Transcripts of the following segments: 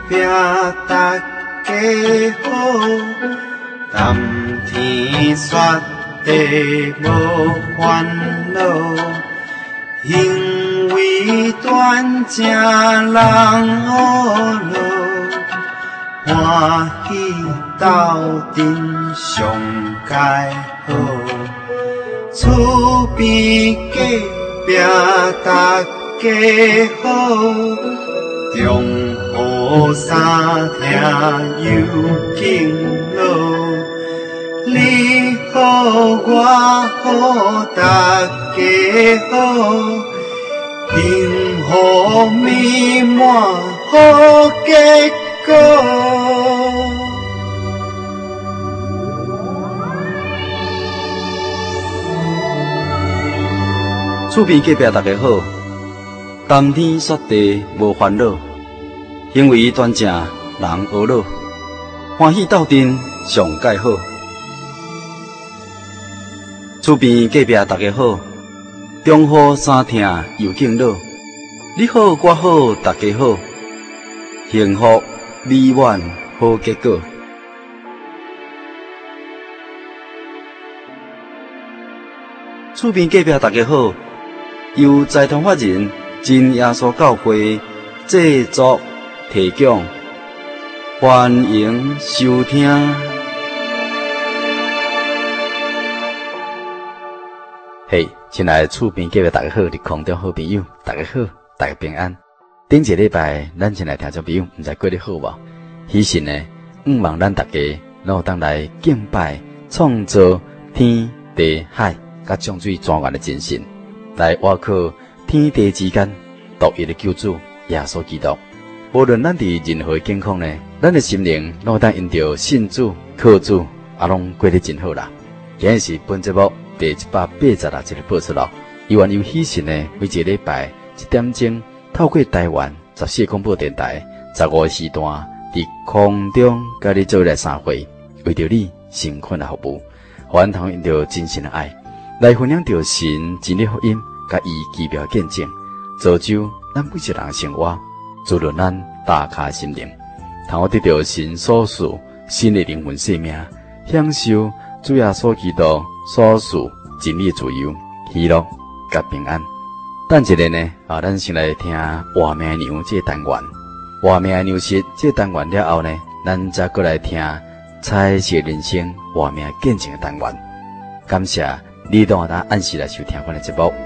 壁大家好，谈天说地无烦恼，因为断正人好路。欢喜斗阵上佳好，厝边隔壁大家好，中好三听有敬老，你好我好大家好，幸福美满好结果。厝边隔壁大家好，谈天说地无烦恼，行为端正人和乐，欢喜斗阵上介好。厝边隔壁大家好，中好三听又敬老，你好我好大家好，幸福美满好结果。厝边隔壁大家好，由财团法人真耶稣教会制作提供，欢迎收听。嘿，亲爱的厝边隔壁大家好，你空中好朋友，大家好，大家平安。顶一个礼拜，咱亲爱听众朋友，唔知过得好无？喜神呢，望咱大家拢有当来敬拜创造天地海甲江水泉源的真神，来倚靠天地之间独一的救主耶稣基督。无论咱伫任何境况呢，咱的心灵拢有当因着信主、靠主，拢过得真好啦。今日是本节目第186集的播出咯。希望有喜神呢，每一个礼拜1点钟，透过台湾14广播电台15个时段，伫空中甲你做来相会，为着你辛苦的服务，互咱通因着真心的爱，来分享着神真理福音，甲伊奇妙见证，造就咱每一个人的生活，滋润咱大卡心灵，通得到神所赐新的灵魂生命，享受主耶稣基督所赐真理自由、喜乐甲平安。等一下呢，咱先来听活命牛这个单元。活命牛是这个单元了后呢，咱再过来听彩色人生活命见证的单元。感谢你同我咱按时来收听我的节目。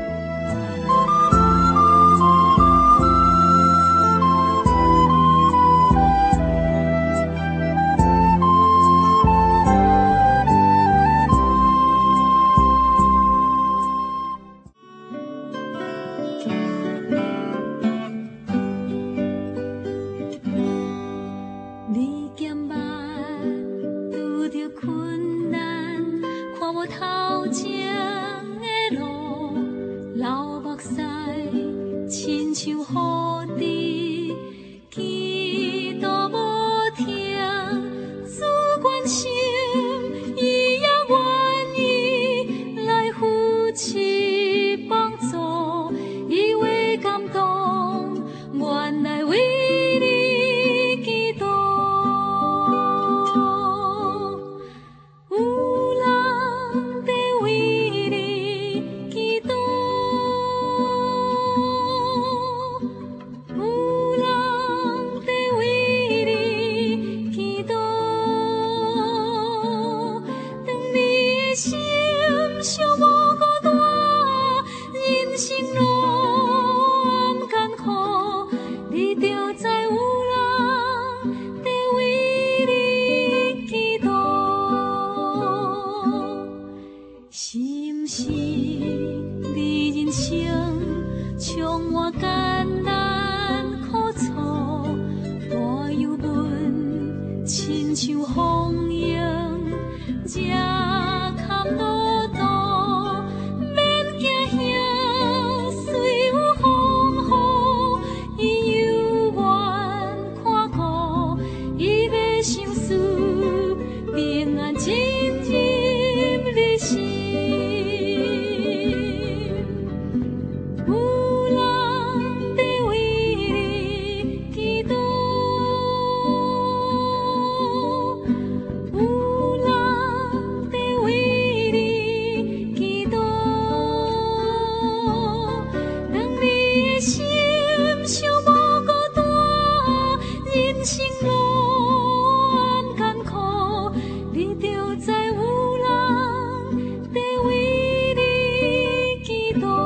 生乱艰苦，你就知有人在为你祈祷。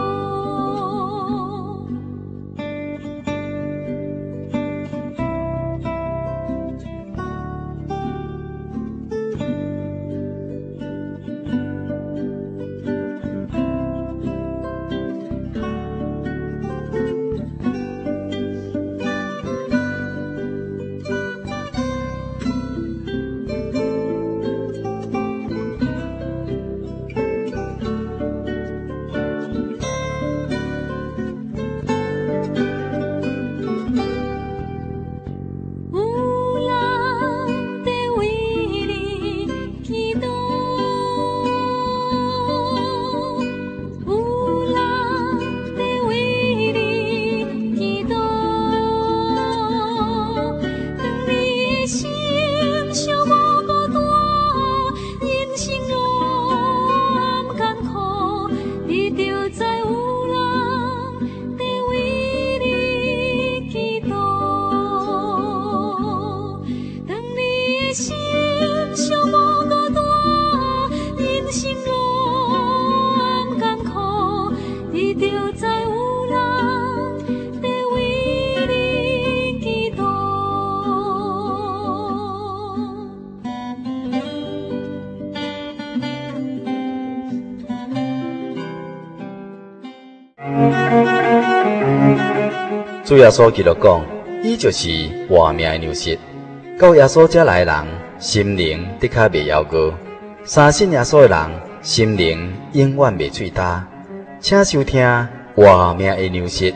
主耶稣基督讲，伊就是活命的粮食。到耶稣这来的人，心灵的确袂夭糕；相信耶稣的人，心灵永远袂脆焦。请收听活命的粮食。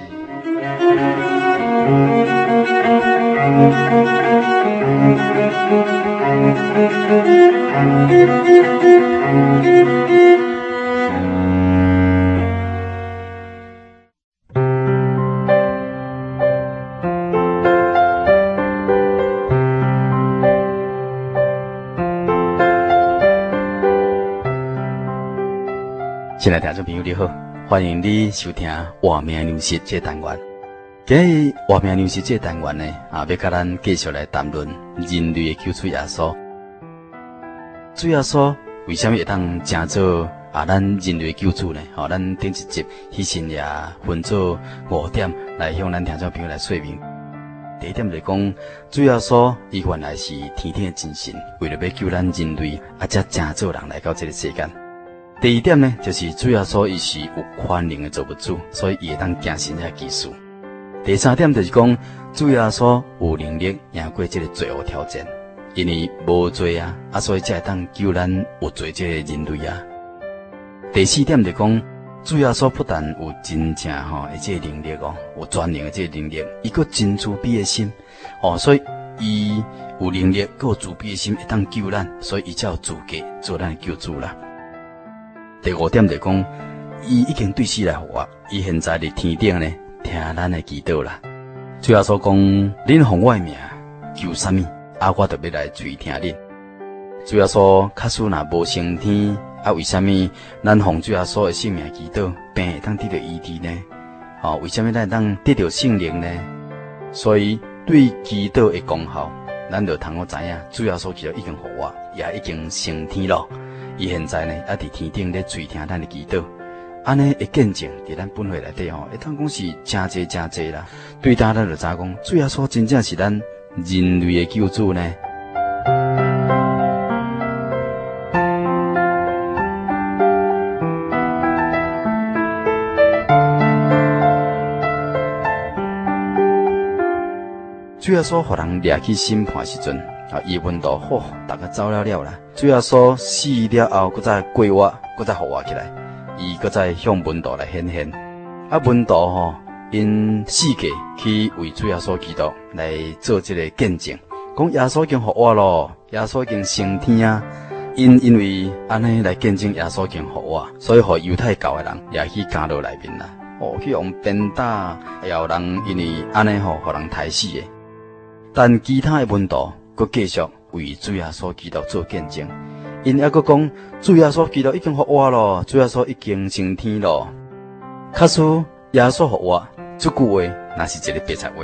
亲爱的听众朋友，你好，欢迎你收听《活命粮食》这单元。今日《活命粮食》这单元呢，要甲咱继续来谈论人类的救主耶稣。主耶稣为什么会当成做咱人类的救主呢？咱顶一集迄时也分做5点来向咱听众朋友来说明。第一点就是讲，主耶稣伊原来是天天的真神，为了要救咱人类，才成做人来到这个世间。第二点呢，就是主耶稣伊是有权能的造物主，所以伊会当行神的技术。第三点就是讲，主耶稣有能力赢过这个罪恶挑战，因为无罪啊，所以才会当救咱有罪这个人类啊。第四点就是讲，主耶稣不但有真正的这个能力有全能的这个能力，伊个真慈悲的心所以伊有能力个有慈悲的心，会当救咱，所以伊才有资格做咱的救主啦。第5点就是讲，伊已经对死来活，伊现在伫天顶呢，听咱的祈祷啦。主耶稣讲，恁奉我的名求什么，我就要来垂听恁。主耶稣假使若无升天，为什么咱奉主耶稣的性命祈祷，病会当得到医治呢？为什么咱会当得到圣灵呢？所以对祈祷的功效，咱就通好知影，主耶稣基督已经互我，也已经升天了。伊现在呢，伫天顶咧垂听咱的祈祷，安尼会见证伫咱本会内底会当讲是真济真济啦。对咱就知讲，主耶稣真正是咱人类的救主呢。主耶稣互人掠去审判时阵，伊温度好，大家走了啦。主耶稣死了后，搁再过活，搁再复活起来，伊搁再向温度来显现。温度因世界去为主耶稣基督来做这个见证，讲耶稣已经复活咯，耶稣已经升天啊。因为安尼来见证耶稣已经复活，所以互犹太教的人也去加入内面啦。去用鞭打，也有人因为安尼互人杀死的。但其他的温度，佮继续为主耶稣基督做见证。因还佮讲，主耶稣基督已经复活咯，主耶稣已经升天咯。假使耶稣复活，这句话那是一个白贼话，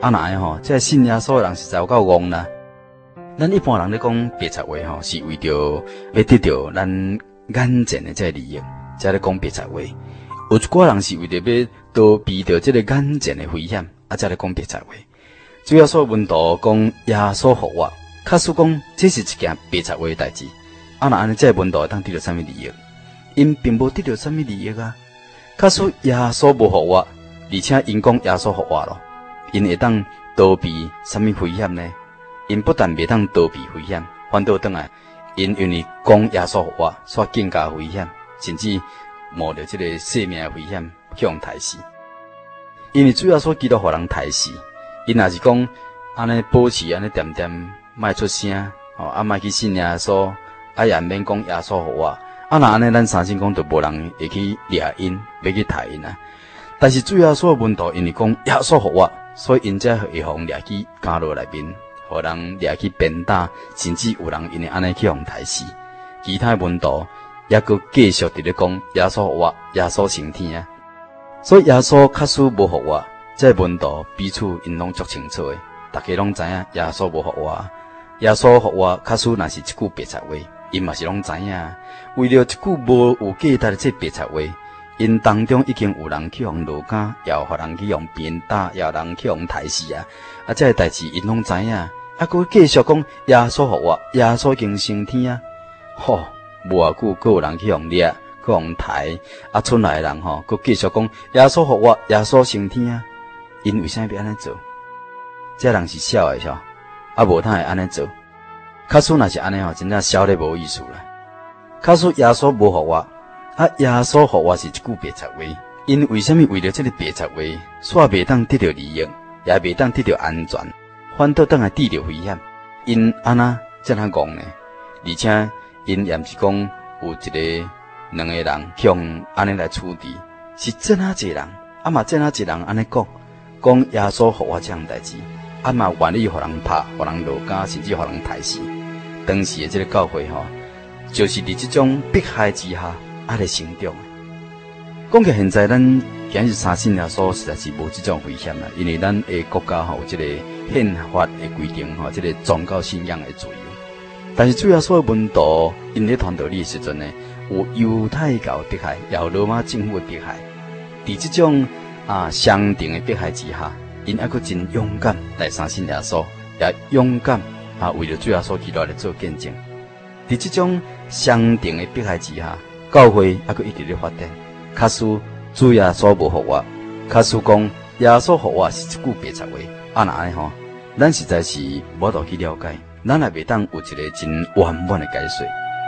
啊哪样吼，这信耶稣的人实在有够戆啦。咱一般人咧讲白贼话吼，是为着要得到咱眼前的这利益，才咧讲白贼话。有一寡人是为着要逃避着这个眼前的危险，才咧讲白贼话。主要说问道讲耶稣复活，假使讲这是一件白贼话的代志，啊那安尼这问道会当得到什么利益？因并无得到什么利益啊。假使耶稣无复活，而且因讲耶稣复活咯，因会当逃避什么危险呢？因不但袂当逃避危险，反倒转来，因为讲耶稣复活，所更加危险，甚至冒着这个生命的危险去互刣死。因为主要所基督互人刣死，因也是讲安尼保持安尼点点，莫出声，莫去信耶稣，也免讲耶稣复活。若安尼，咱相信讲就无人会去掠因，要去刣因啊。但是主要所问道，因为讲耶稣复活，所以因才会互掠去监牢内面。互人掠去鞭打，甚至有人因为安尼去互刣死。其他门徒也阁继续伫咧讲耶稣复活，耶稣升天啊。所以耶稣确实无复活，这门徒彼此因拢足清楚诶，大家拢知影耶稣无复活。耶稣复活确实若是一句白贼话，因嘛是拢知影。为了一句无有价值的这白贼话，因当中已经有人去互落监，也有人去互鞭打，也有人去互刣死啊。这个代志因拢知影。佫继续讲耶稣复活，耶稣已经升天啊！吼，无偌久，佫有人去互掠，去互刣，剩来的人佫继续讲耶稣复活，耶稣升天啊！因为啥要安尼做？这人是笑的晓，无他会安尼做。假使若是安尼真正笑得无意思啦。假使耶稣无复活，耶稣复活是一句白贼话。因为什么？为了这个白贼话，煞袂当得到利益，也袂当得到安全。反倒当来抵着危险，因安那这样讲呢？而且因也毋是讲有一个两个人去用安尼来处理，是这哪一人？嘛这哪一人安尼讲耶稣复活这样代志，嘛愿意互人拍、互人落监，甚至互人刣死。当时的这个教会就是伫这种迫害之下来成长。讲起现在咱今日相信耶稣实在是无这种危险啦，因为咱的国家有这个宪法的规定这个宗教信仰的自由。但是主要所有门徒因咧传道理的时阵呢，有犹太教迫害，也有罗马政府的迫害。伫这种相同的迫害之下，因还佫真勇敢来相信耶稣，也勇敢为了主耶稣基督来做见证。伫这种相同的迫害之下，教会还佫一直咧发展。假使主耶稣无复活，假使讲耶稣复活是一句白贼话，若安尼咱实在是无度去了解，咱也袂当有一个真圆满的解说。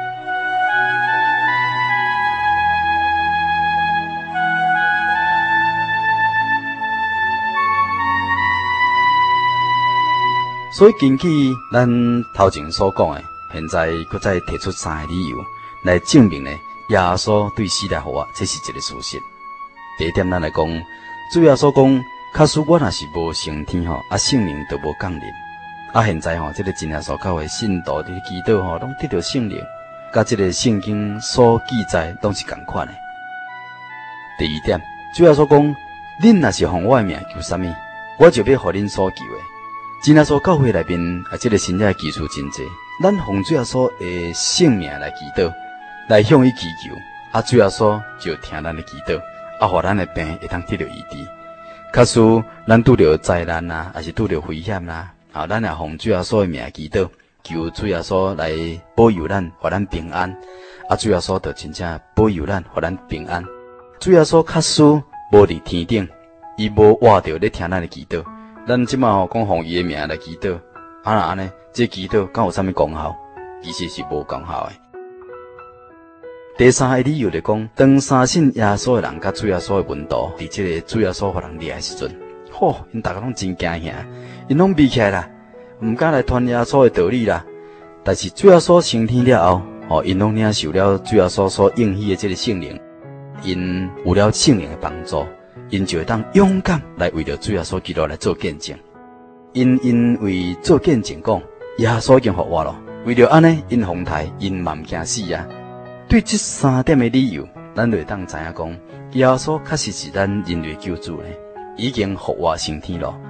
所以根据咱头前所讲的，现在佫再提出3个理由来证明呢，耶稣对死来复活，这是一个事实。第一点，咱来讲，主耶稣讲，假使我若是无升天圣灵就无降临。现在这个真耶稣教会信徒伫祈祷拢得到圣灵，甲这个圣经所记载拢是同款的。第二点，主耶稣讲，恁若是奉我的名求什么，我就要互恁所求的。真耶稣教会内面这个新约的基础真济，咱奉主耶稣的圣名来祈祷，来向伊祈求，主耶稣就听咱的祈祷，互咱的病会当得到医治。假使咱拄着灾难啊，还是拄着危险啦，咱也奉主耶稣的名祈祷，求主耶稣来保佑咱，互咱平安。主耶稣就真正保佑咱，互咱平安。主耶稣确实无伫天顶，伊无活着咧听咱的祈祷。咱即马讲奉伊的名来祈祷，安尼，这祈祷敢有啥物功效？其实是无功效的。第三个理由就讲，当相信耶稣的人甲主耶稣的门徒，伫这个主耶稣互人掠的时阵，因大家拢真惊吓，因拢避起来啦，毋敢来传耶稣的道理啦。但是主耶稣升天了后，因拢领受了主耶稣所应许的这个圣灵，因有了圣灵的帮助，因就会当勇敢来为了主耶稣基督来做见证。因为做见证讲，耶稣已经复活了，为了安尼，因洪台，因嘛毋惊死啊。对这3点的理由，咱就会当知影讲，耶稣确实是咱人类救主呢，已经复活升天了。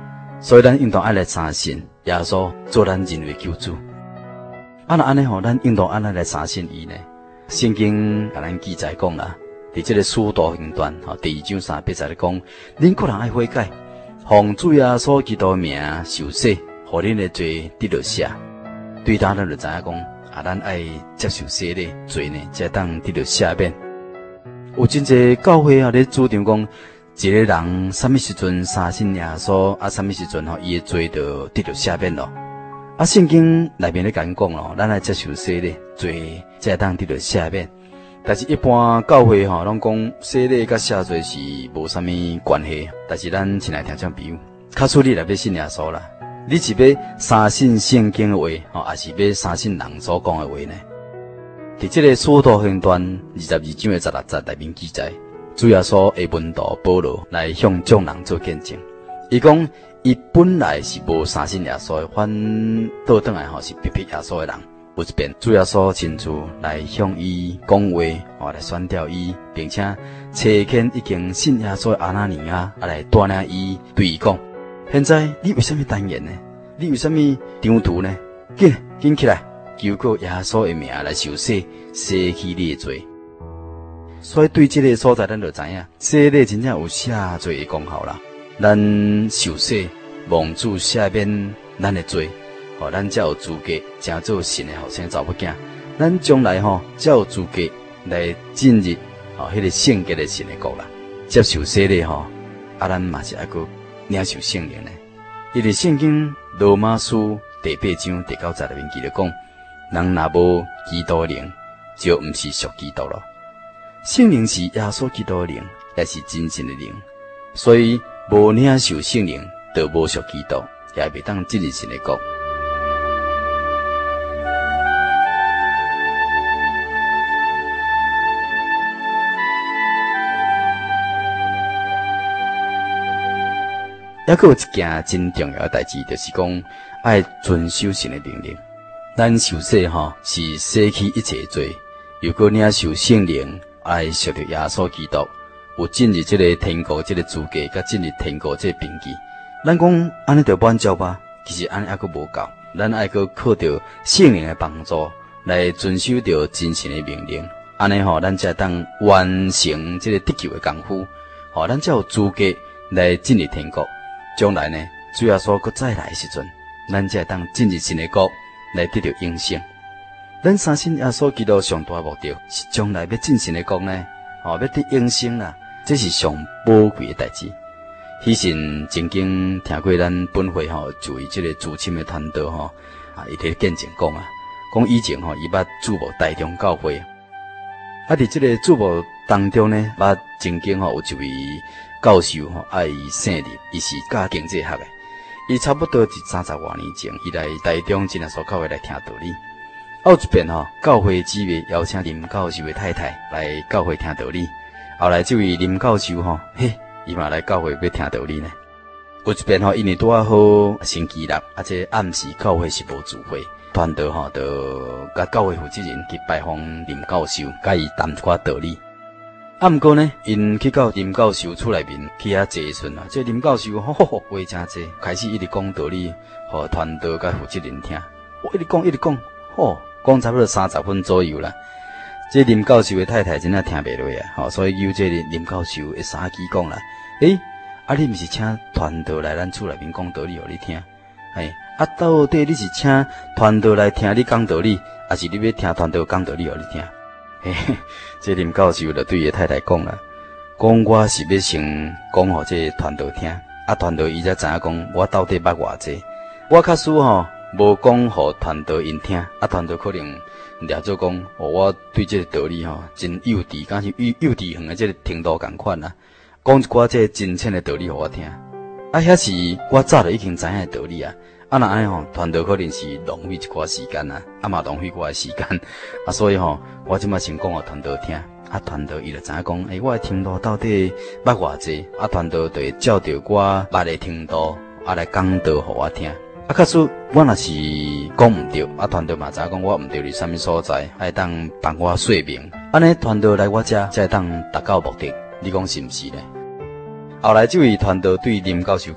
所以咱应当爱来相信耶稣做咱人类救主。若安尼吼，咱应当安尼来相信伊呢？圣经甲咱记载讲啦，伫这个使徒行传吼第2章3节咧讲，恁个人爱悔改，奉主耶稣基督名受洗，互恁的罪得到赦。对咱就知影讲，咱爱接受洗礼，罪呢才当得到赦免。有真济教会咧主张讲，一个人什么时阵相信耶稣，什么时阵伊的罪就得到赦免咯。圣经内面咧讲咯，咱爱接受洗礼，罪才当得到赦免。但是一般教会拢讲洗礼甲赦罪是无啥物关系。但是咱亲爱听众朋友，假使你来要信耶稣啦，你是要相信圣经的话，还是要相信人所讲的话呢？伫这个使徒行传22章的16节内面记载，主耶稣的门徒保罗来向众人做见证，伊讲伊本来是无相信耶稣的，反倒转来是逼迫耶稣的人。有一遍，主耶稣亲自来向伊讲话，来选调伊，并且差遣已经信耶稣的阿拿尼亚来带领伊对伊讲：现在你为什么单言呢？你为什么张图呢？紧起来，求告耶稣的名来受洗，洗去你的罪。所以对这个所在，咱就知影，洗礼真正有赦罪的功效啦。咱受洗，蒙主赦免咱的罪，咱才有资格成做神的后生查某囝。咱将来才有资格来进入迄个圣洁的神的国啦。接受洗礼咱嘛是爱个领受圣灵呢。因为圣经罗马书第8章第9节里面记得讲，人若无基督的灵，就毋是属基督咯。圣灵是耶稣基督的灵，也是真神的灵，所以无领受圣灵，就无属基督，也袂当进入神的国。还佫有一件真重要的代志，就是讲爱遵守神的命令。咱受洗是洗去一切罪，又佫领受圣灵，爱属着耶稣基督，有进入这个天国这个资格，甲进入天国这个凭据。咱讲安尼就满足吧？其实安尼还佫无够，咱爱佫靠着圣灵的帮助来遵守着真神的命令。安尼咱才当完成这个得救的功夫，咱才有资格来进入天国。将来呢，主耶稣佫再来的时阵，咱才会当进入神的国，来得到永生。咱相信耶稣基督上大目的是将来要进神的国呢，要得永生啦，这是上宝贵的代志。以前曾经听过咱本会就为这个主亲的传道伊伫见证讲以前伊捌注目台中教会，伫这个注目当中呢，捌曾经有一位教授爱姓林，伊是教经济学的。伊差不多是30多年前，伊来台中真耶稣教会来听道理。有一遍教会姊妹邀请林教授的太太来教会听道理。后来这位林教授伊嘛来教会要听道理呢。有一遍因为拄好星期六，这暗时教会是无聚会，团队就甲教会负责人去拜访林教授，甲伊谈一寡道理。毋过呢，因去到林教授厝内面去遐坐时阵这林教授话真济，开始一直讲道理，互团队甲负责人听。一直讲，讲差不多30分左右啦。这林教授的太太真正听袂落啊，所以由这林教授的三姊讲啦，你毋是请团队来咱厝内面讲道理互你听？到底你是请团队来听你讲道理，还是你要听团队讲道理互你听？这林教授就对伊太太讲啦，讲我是要先讲互这团队听，团队伊才知影讲我到底捌偌济。我假使无讲互团队因听，团队可能了做讲，我对这个道理真幼稚，敢是幼稚园的这个程度共款啦。讲一寡这真浅的道理互我听，遐是我早就已经知影的道理啊。若安尼团队可能是浪费一寡时间啊，嘛浪费我的时间所以我即马先讲互团队听，团队伊就知影讲，我的程度到底捌偌济，团队就会照着我捌的程度来讲道互我听。假使我若是讲毋对，团队嘛知影讲我毋对伫啥物所在，爱当帮我说明，安尼团队来我遮才会当达到目的。你讲是毋是呢？后来这位团队对林教授讲，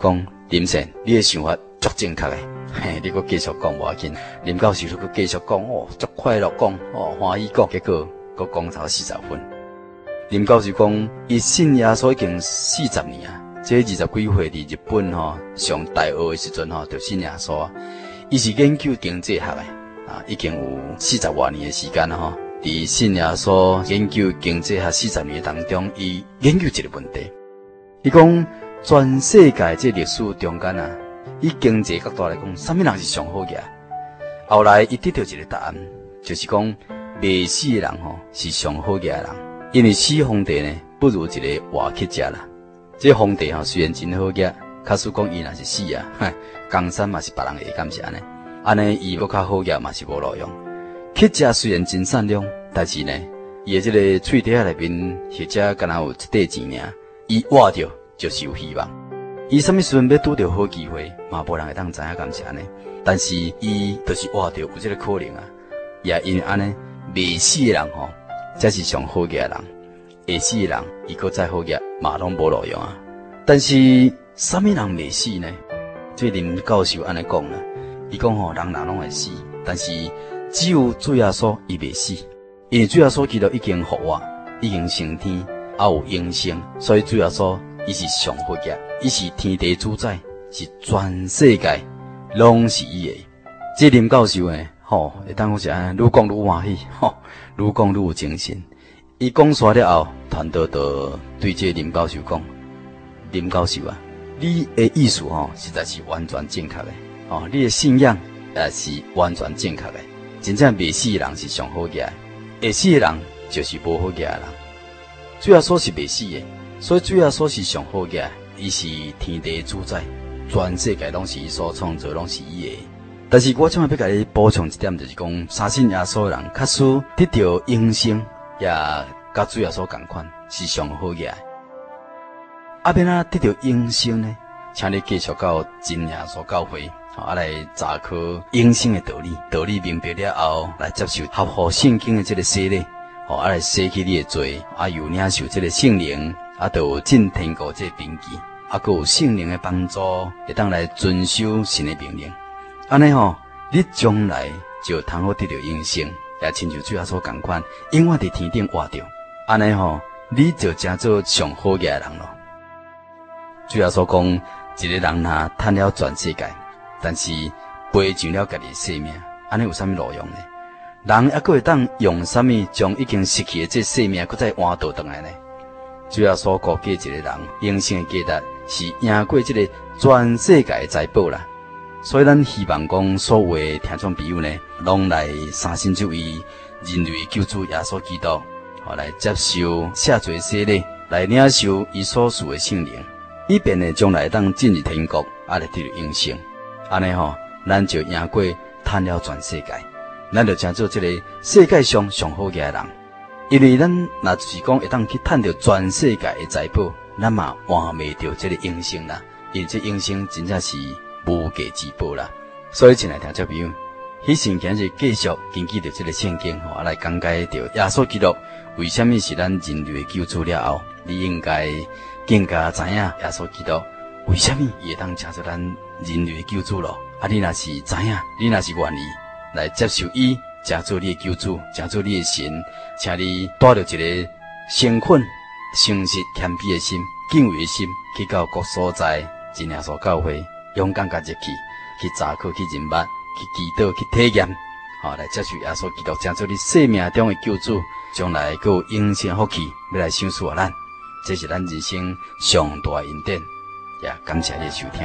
林sen，你的想法足正确的，嘿，你搁继续讲无要紧。林教授你搁继续讲，足快乐讲，欢喜讲，结果搁讲超40分。林教授讲，伊信耶稣已经40年啊，这20几岁伫日本上大学的时阵就信耶稣啊。伊是研究经济学的啊，已经有40多年的时间了伫信耶稣研究经济学40年当中，伊研究一个问题，伊讲全世界这历史中间啊，以经济角度来讲，什么人是上好嘅？后来伊得到一个答案，就是讲未死的人是上好嘅人，因为死皇帝呢不如一个活乞食啦。这皇帝虽然真好嘅，假使讲伊若是死啊，江山嘛是别人会感谢呢，安尼伊搁较好嘅嘛是无路用。乞食虽然真善良，但是呢，伊的这个喙底内面或者敢若有一块钱尔，伊挖着就是有希望。伊什么时阵要拄着好机会，嘛无人会当知影感谢呢？但是伊就是挖着有这个可能啊，也因为安尼，未死的人才是上好嘅人，会死的人伊搁再好嘅嘛拢无路用啊。但是什么人未死呢？这林教授安尼讲啦，伊讲人人拢会死，但是只有主耶稣伊未死，因为主耶稣基督已经复活，已经升天，也有永生，所以主耶稣伊是上好嘅，伊是天地主宰，是全世界拢是伊的。这林教授呢，会当好是安尼，愈讲愈欢喜，愈讲愈有精神。伊讲煞了后，团队就对这林教授讲：林教授啊，你的意思实在是完全正确的，你的信仰也是完全正确的。真正未死的人是上好嘅，会死的人就是无好嘅人。主耶稣是未死的，所以主耶稣是上好嘅，伊是天地主宰，全世界拢是伊所创造，拢是伊的。但是我今日要甲你补充一点，就是讲，相信耶稣的人，确实得到永生，也甲主耶稣同款，是上好嘅。要怎得到永生呢？请你继续到真耶稣教会。来查考永生的道理，道理明白了后，来接受合乎圣经的这个洗礼，来洗去你的罪，又领受这个圣灵，就有进天国这个凭据，还有圣灵的帮助，会当来遵守神的命令。安尼你将来就通好得到永生，也亲像主耶稣同款，永远伫天顶活着。安尼你就真做上好嘅人咯。主耶稣讲，一个人若赚了全世界，但是赔上了家己的性命，安尼有啥物路用呢？人还佫会当用啥物将已经失去的这性命，佫再换倒转来呢？主要所估计一个人永生的价值是赢过这个全世界的财宝啦。所以咱希望讲所有的听众朋友呢，拢来相信这位人类救主耶稣基督，来接受赦罪洗礼，来领受伊所赐的圣灵，以便呢将来当进入天国，来得到永生。安尼咱就赢过赚了全世界，咱就成做这个世界上上好嘅人。因为咱若就是讲会当去赚到全世界的财宝，咱嘛换袂到这个永生啦。因为这永生真正是无价之宝啦。所以亲爱听众朋友，迄圣经是继续根据着这个圣经来讲解着耶稣基督为什么是咱人类的救主了后，你应该更加知影耶稣基督为什么伊会当成做咱人类的救主咯？你若是知影，你若是愿意来接受伊，成做你的救主，成做你的神，请你带着一个诚恳、诚实、谦卑的心、敬畏的心，去到各所在真耶稣教会，勇敢甲入去查考、去认捌、去祈祷、去体验，来接受耶稣基督，成做你生命中的救主，将来还有永生福气要来赏赐咱，这是咱人生上大的恩典。也感谢你的收听。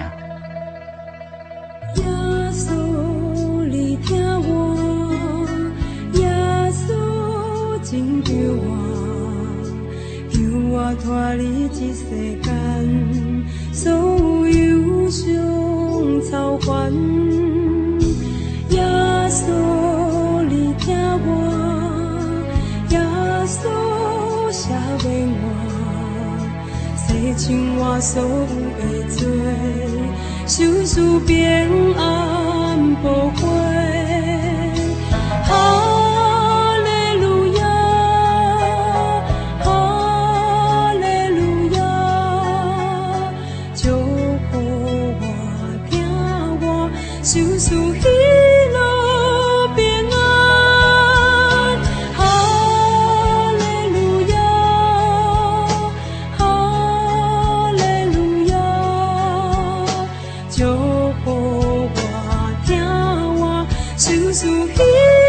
耶稣，你听我，耶稣拯救我，救我脱离这世间所有忧伤操烦。耶稣，你听我，耶稣赦免我，洗净我所有的罪，受赐平安宝贵。哈利路亚，哈利路亚，祝福我心事。